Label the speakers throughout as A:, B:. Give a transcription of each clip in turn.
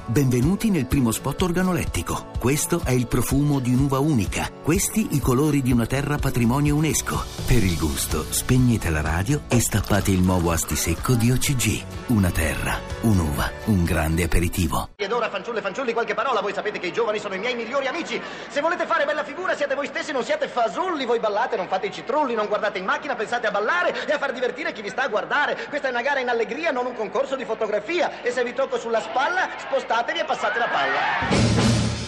A: Benvenuti nel primo spot organolettico. Questo è il profumo di un'uva unica. Questi i colori di una terra patrimonio UNESCO. Per il gusto, spegnete la radio e stappate il nuovo asti secco di OCG. Una terra, un'uva, un grande aperitivo.
B: Ed ora, fanciulle e fanciulli, qualche parola. Voi sapete che i giovani sono i miei migliori amici. Se volete fare bella figura, siete voi stessi, non siete fasulli. Voi ballate, non fate i citrulli, non guardate in macchina, pensate a ballare e a far divertire chi vi sta a guardare. Questa è una gara in allegria, non un concorso di fotografia. E se vi tocco sulla spalla, spostatevi e passate la palla.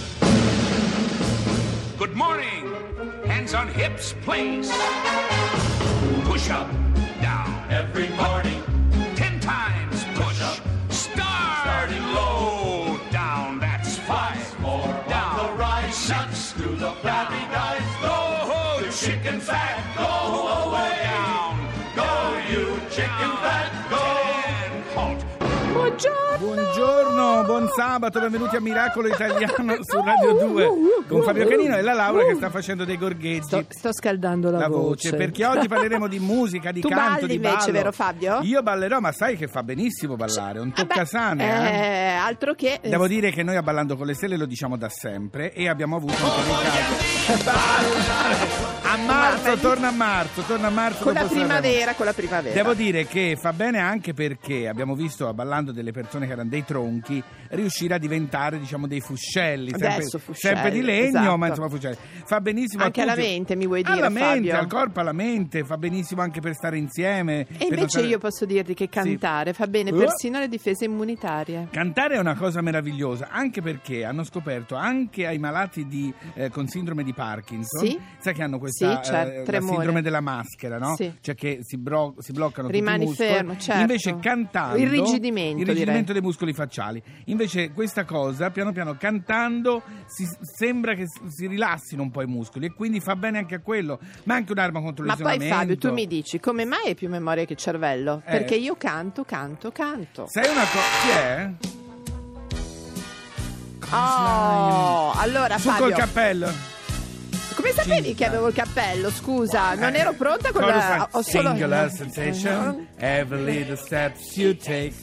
C: Good morning. Hands on hips, please. Push up, down. Every morning. 10 times push up. Starting low, down. That's 5 more. Down. The rise, 6 through the flabby guys. Go, you chicken fat. Go away. Down. Go, you chicken fat. Go. 10. Halt.
D: Buongiorno, buon sabato, benvenuti a Miracolo Italiano su Radio 2 con Fabio Canino e la Laura che sta facendo dei gorgheggi.
E: Sto scaldando la voce
D: perché oggi parleremo di musica, di
E: tu
D: canto,
E: balli
D: di ballo.
E: invece, vero Fabio?
D: Io ballerò, ma sai che fa benissimo ballare, un toccasane.
E: Altro che...
D: Devo dire che noi a Ballando con le Stelle lo diciamo da sempre e abbiamo avuto un po' di caso. A marzo, torna a marzo
E: con la primavera.
D: Devo dire che fa bene anche perché abbiamo visto a Ballando delle persone che erano dei tronchi riuscire a diventare, diciamo, dei fuscelli, sempre di legno,
E: esatto.
D: Ma insomma fuscelli. Fa benissimo
E: anche alla mente, mi vuoi dire,
D: alla mente,
E: Fabio?
D: al corpo, alla mente, fa benissimo anche per stare insieme.
E: E invece io posso dirti che cantare fa bene persino alle difese immunitarie.
D: Cantare è una cosa meravigliosa, anche perché hanno scoperto anche ai malati con sindrome di Parkinson, sai che hanno questa la sindrome della maschera, no?
E: Sì.
D: Cioè che si bloccano
E: rimani
D: tutti i muscoli.
E: fermo, certo.
D: Invece cantando
E: irrigidimento
D: dei muscoli facciali. Invece questa cosa piano piano cantando sembra che si rilassino un po' i muscoli e quindi fa bene anche a quello, ma anche un'arma contro l'isolamento.
E: Ma poi Fabio, tu mi dici come mai hai più memoria che cervello? Perché io canto.
D: Sai una cosa? Chi è?
E: Allora
D: Su
E: Fabio,
D: col cappello.
E: come sapevi che avevo il cappello? Scusa, non ero pronta con la...
D: Singular sensation, every little steps you take.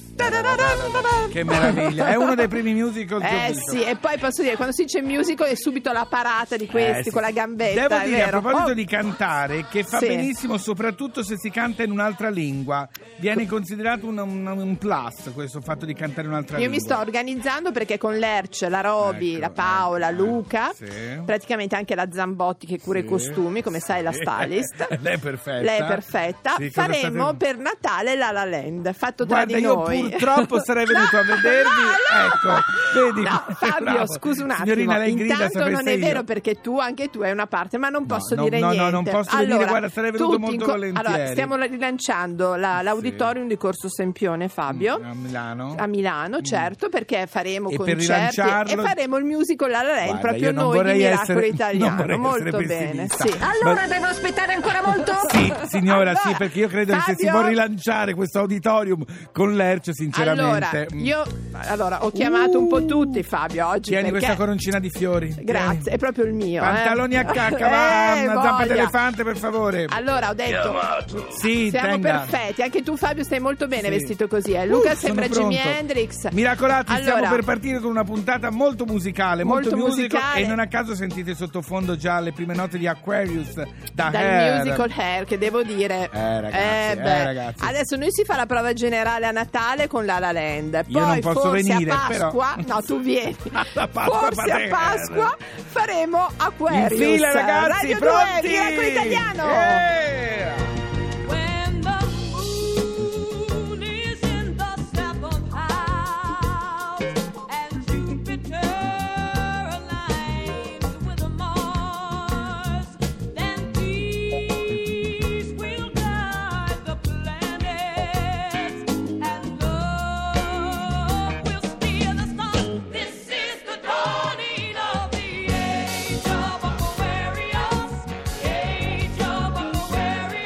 D: Che meraviglia, è uno dei primi musical che ho visto.
E: Sì, e poi posso dire, quando si dice musical è subito la parata di questi
D: sì.
E: con la gambetta.
D: Devo dire,
E: vero?
D: a proposito di cantare, che fa benissimo soprattutto se si canta in un'altra lingua. Viene considerato un plus questo fatto di cantare in un'altra lingua.
E: Io mi sto organizzando perché con l'Erce, la Roby, la Paola, Luca, praticamente anche la Zambotti che cura i costumi, come sai, la stylist.
D: Lei è perfetta.
E: Sì, faremo per Natale La La Land, fatto tra di noi.
D: Purtroppo sarei venuto a vedervi. Ecco, vedi.
E: No, Fabio,
D: bravo.
E: scusa un attimo.
D: Signorina, lei grida,
E: intanto non è vero perché anche tu hai una parte, ma non posso dire niente.
D: No, non posso venire, guarda, sarei venuto molto volentieri.
E: Allora, stiamo rilanciando l'auditorium di Corso Sempione, Fabio.
D: A Milano,
E: certo, perché faremo
D: e
E: concerti e faremo il musical La La Land, proprio noi di Miracolo Italiano. Molto bene. Sì.
F: Allora devo aspettare ancora molto?
D: Sì, signora, sì, perché io credo che se si può rilanciare questo auditorium con l'Erce, sinceramente.
E: Allora, ho chiamato un po' tutti, Fabio, oggi.
D: Tieni questa coroncina di fiori.
E: Grazie, è proprio il mio.
D: Pantaloni a cacca, una zampa d'elefante, per favore.
E: Allora, ho detto, siamo perfetti. Anche tu, Fabio, stai molto bene vestito così. Luca sembra Jimi Hendrix.
D: Miracolati, stiamo per partire con una puntata molto musicale, molto musical, e non a caso sentite sottofondo già le prime note di Aquarius dal
E: musical Hair, che devo dire
D: ragazzi.
E: Adesso noi si fa la prova generale a Natale con La La Land. Poi
D: io non posso venire,
E: a Pasqua,
D: però.
E: No, tu vieni.
D: Forse
E: a Pasqua faremo Aquarius.
D: In fila, ragazzi,
E: Radio
D: pronti?
E: 2, Miracolo Italiano.
F: Aquarius, age of Aquarius.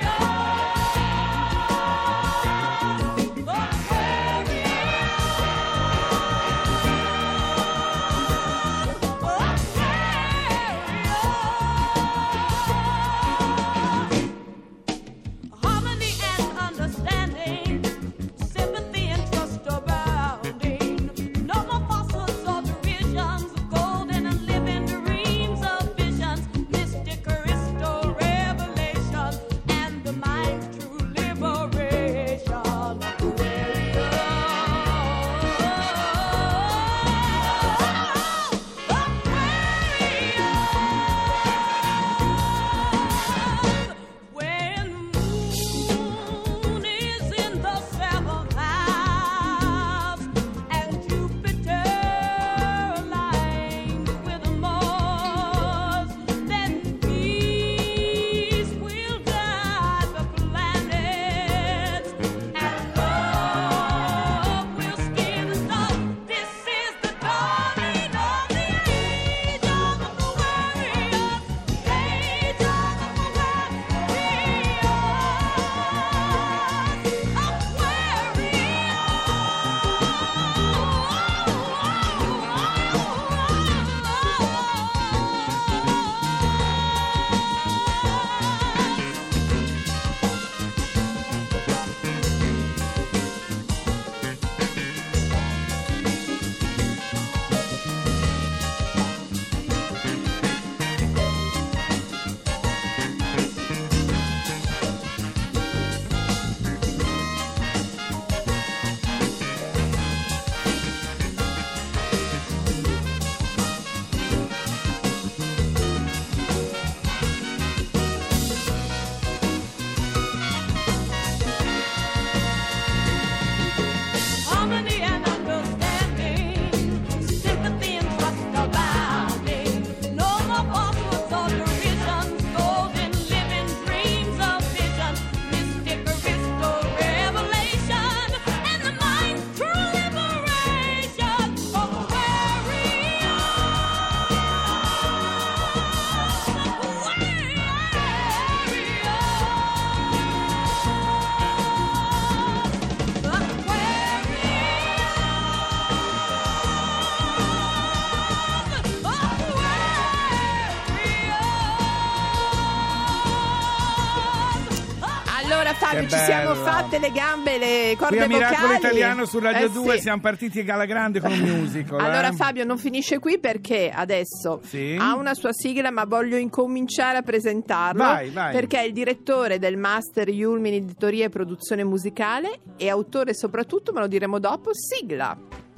E: Fabio, ci siamo fatte le gambe, le corde
D: Qui a Miracolo
E: vocali.
D: Italiano su Radio 2
E: sì.
D: siamo partiti alla grande con un musical.
E: Allora Fabio non finisce qui perché adesso ha una sua sigla, ma voglio incominciare a presentarlo.
D: Vai.
E: Perché è il direttore del Master Yulmin Editoria e Produzione Musicale e autore soprattutto, ma lo diremo dopo, sigla.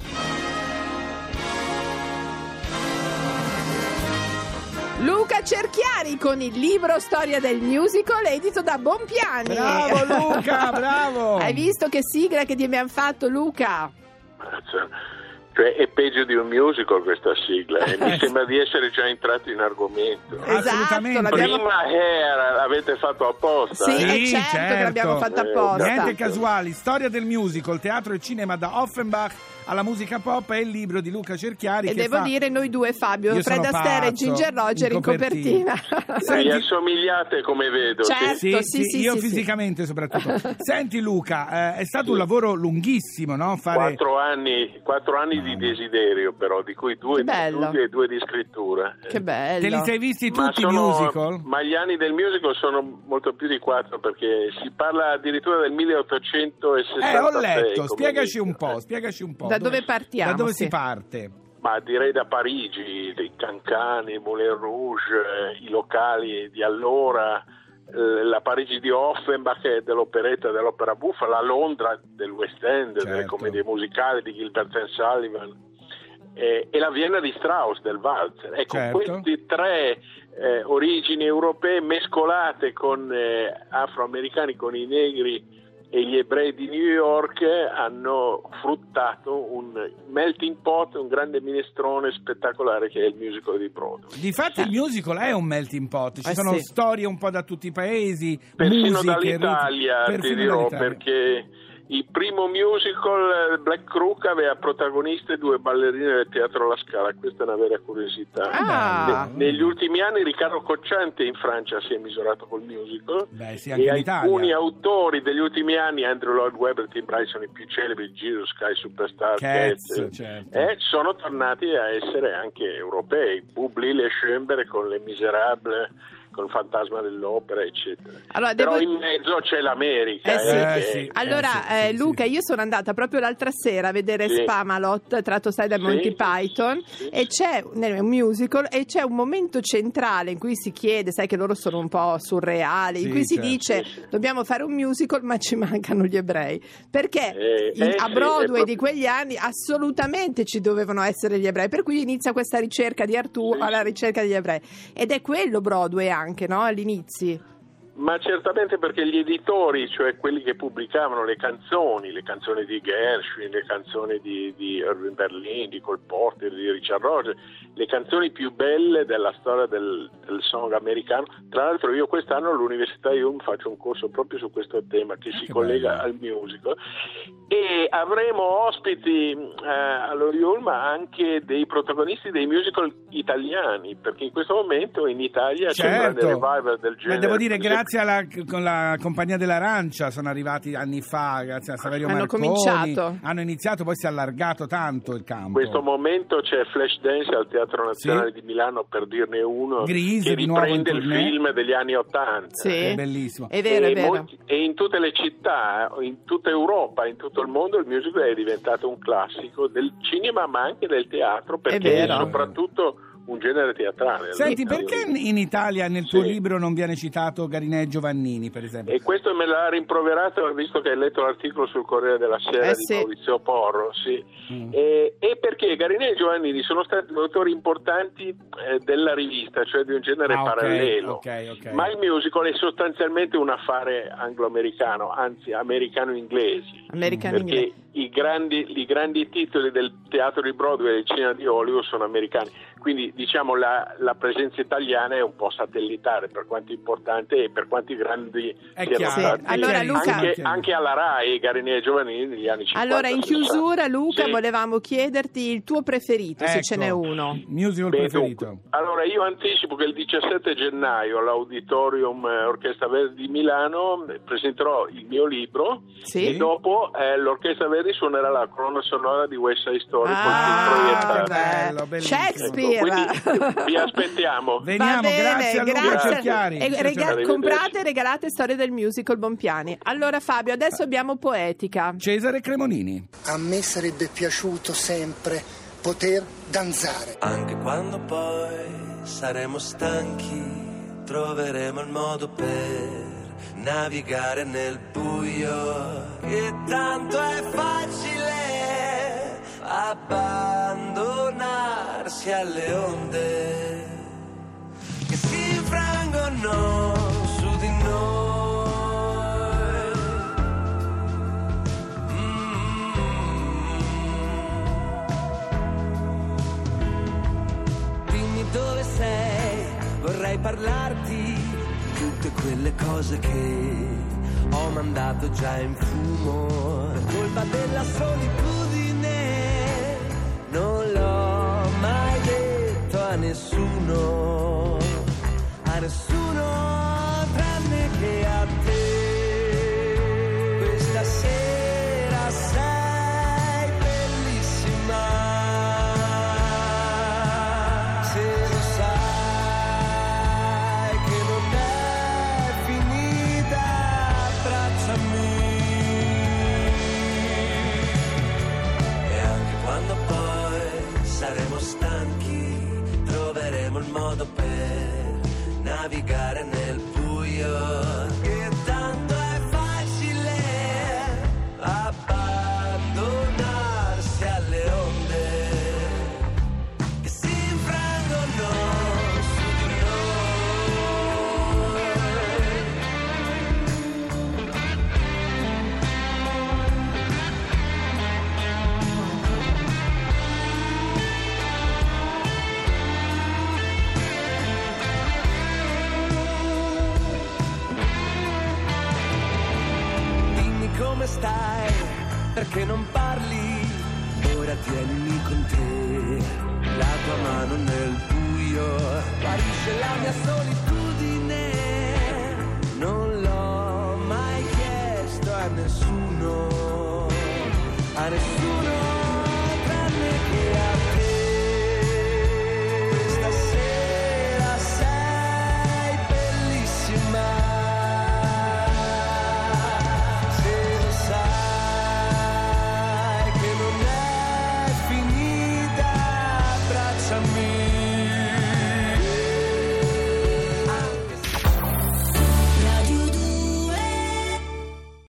E: Luca Cerchiari con il libro Storia del Musical edito da Bonpiani.
D: Bravo Luca, bravo!
E: Hai visto che sigla che ti abbiamo fatto, Luca?
G: Cioè è peggio di un musical questa sigla e mi sembra di essere già entrati in argomento.
D: Assolutamente.
G: Prima Hair l'avete fatto apposta.
E: Sì, certo che l'abbiamo fatto apposta.
D: Niente casuali, storia del musical, teatro e cinema da Offenbach alla musica pop è il libro di Luca Cerchiari.
E: E devo dire noi due, Fabio,
D: Io
E: Fred
D: sono
E: Astaire e
D: pazzo,
E: Ginger Roger in copertina.
G: Mi assomigliate come vedo.
E: Certo,
D: sì, io fisicamente soprattutto. Senti Luca, è stato un lavoro lunghissimo, no?
G: 4 anni di desiderio, però, di cui 2 di studi e 2 di scrittura.
E: Che bello.
D: Te li sei visti tutti i musical?
G: Ma gli anni del musical sono molto più di 4, perché si parla addirittura del 1866.
D: Ho letto, spiegaci un po'.
E: Da dove partiamo?
D: Da dove si parte?
G: Ma direi da Parigi, dei Cancan, i Moulin Rouge, i locali di allora, la Parigi di Offenbach dell'operetta, dell'opera buffa, la Londra del West End, delle commedie musicali di Gilbert and Sullivan, e la Vienna di Strauss, del Walzer. Ecco, questi 3 origini europee mescolate con afroamericani, con i negri e gli ebrei di New York, hanno fruttato un melting pot, un grande minestrone spettacolare che è il musical di Broadway.
D: Difatti il musical è un melting pot, ci sono storie un po' da tutti i paesi,
G: persino
D: musiche,
G: dall'Italia, ti dirò, perché il primo musical, Black Crook, aveva protagoniste 2 ballerine del Teatro La Scala. Questa è una vera curiosità. Negli ultimi anni Riccardo Cocciante in Francia si è misurato col musical.
D: Anche
G: e alcuni autori degli ultimi anni, Andrew Lloyd Webber, Tim Bryson, i più celebri, Jesus, Sky Superstar,
D: Cats,
G: sono tornati a essere anche europei. Bublé e Schoenberg con Les Miserables, con il fantasma dell'opera, eccetera. Allora, però in mezzo c'è l'America.
E: Allora, Luca, io sono andata proprio l'altra sera a vedere Spamalot, tratto da Monty Python, e c'è un musical e c'è un momento centrale in cui si chiede, sai che loro sono un po' surreali, in cui si dice dobbiamo fare un musical ma ci mancano gli ebrei, perché a Broadway di quegli anni assolutamente ci dovevano essere gli ebrei, per cui inizia questa ricerca di Artù alla ricerca degli ebrei, ed è quello Broadway anche, no? All'inizio.
G: Ma certamente, perché gli editori, cioè quelli che pubblicavano le canzoni di Gershwin, le canzoni di Irving Berlin, di Cole Porter, di Richard Rodgers, le canzoni più belle della storia del song americano. Tra l'altro io quest'anno all'Università Yulm faccio un corso proprio su questo tema che si collega al musical, e avremo ospiti allo Yulm anche dei protagonisti dei musical italiani, perché in questo momento in Italia c'è un grande revival del genere.
D: Devo dire, grazie con la Compagnia dell'Arancia sono arrivati anni fa, grazie a Saverio Marconi, hanno iniziato, poi si è allargato tanto il campo.
G: In questo momento c'è Flashdance al Teatro Nazionale di Milano, per dirne uno,
D: Grise,
G: che riprende il film degli anni '80.
D: È bellissimo.
E: È vero, è vero.
G: E in tutte le città, in tutta Europa, in tutto il mondo, il musical è diventato un classico del cinema, ma anche del teatro, perché è soprattutto un genere teatrale.
D: Senti, perché in Italia nel tuo libro non viene citato Garinè Giovannini, per esempio?
G: E questo me l'ha rimproverato, visto che hai letto l'articolo sul Corriere della Sera di Maurizio Porro, e perché Garinè e Giovannini sono stati autori importanti della rivista, cioè di un genere parallelo. Ma il musical è sostanzialmente un affare anglo-americano, anzi americano-inglesi, perché i grandi titoli del teatro di Broadway e del cinema di Hollywood sono americani, quindi diciamo la presenza italiana è un po' satellitare, per quanto importante e per quanti grandi siano stati.
E: Allora, Luca,
G: anche alla RAI Garinè e Giovannini negli anni 50.
E: Allora, in chiusura, Luca, volevamo chiederti il tuo preferito, se ce n'è uno.
D: Musical preferito.
G: Dunque, allora io anticipo che il 17 gennaio all'Auditorium Orchestra Verdi di Milano presenterò il mio libro, e dopo l'Orchestra Verdi suonerà la colonna sonora di West Side Story col
D: bello, bellissimo.
E: Shakespeare.
G: Ecco, vi aspettiamo.
D: Veniamo,
E: Va bene,
D: grazie a Luca Cerchiari.
E: Comprate e regalate Storie del Musical Bompiani. Allora Fabio, adesso abbiamo Poetica.
D: Cesare Cremonini.
H: A me sarebbe piaciuto sempre poter danzare.
I: Anche quando poi saremo stanchi, troveremo il modo per navigare nel buio. Che tanto è facile abbandonarsi alle onde che si infrangono su di noi. Dimmi dove sei, vorrei parlarti di tutte quelle cose che ho mandato già in fumo. Per colpa della solitudine non l'ho mai detto a nessuno tranne che a te. Questa sera sei bellissima, se lo sai che non è finita, abbracciami. E anche quando poi saremo stanchi, troveremo il modo per navigare nel buio. Che tanto è facile abbandonarsi alle onde che si infrangono su di come stai, perché non parli, ora tienimi con te, la tua mano nel buio, guarisce la mia solitudine, non l'ho mai chiesto a nessuno,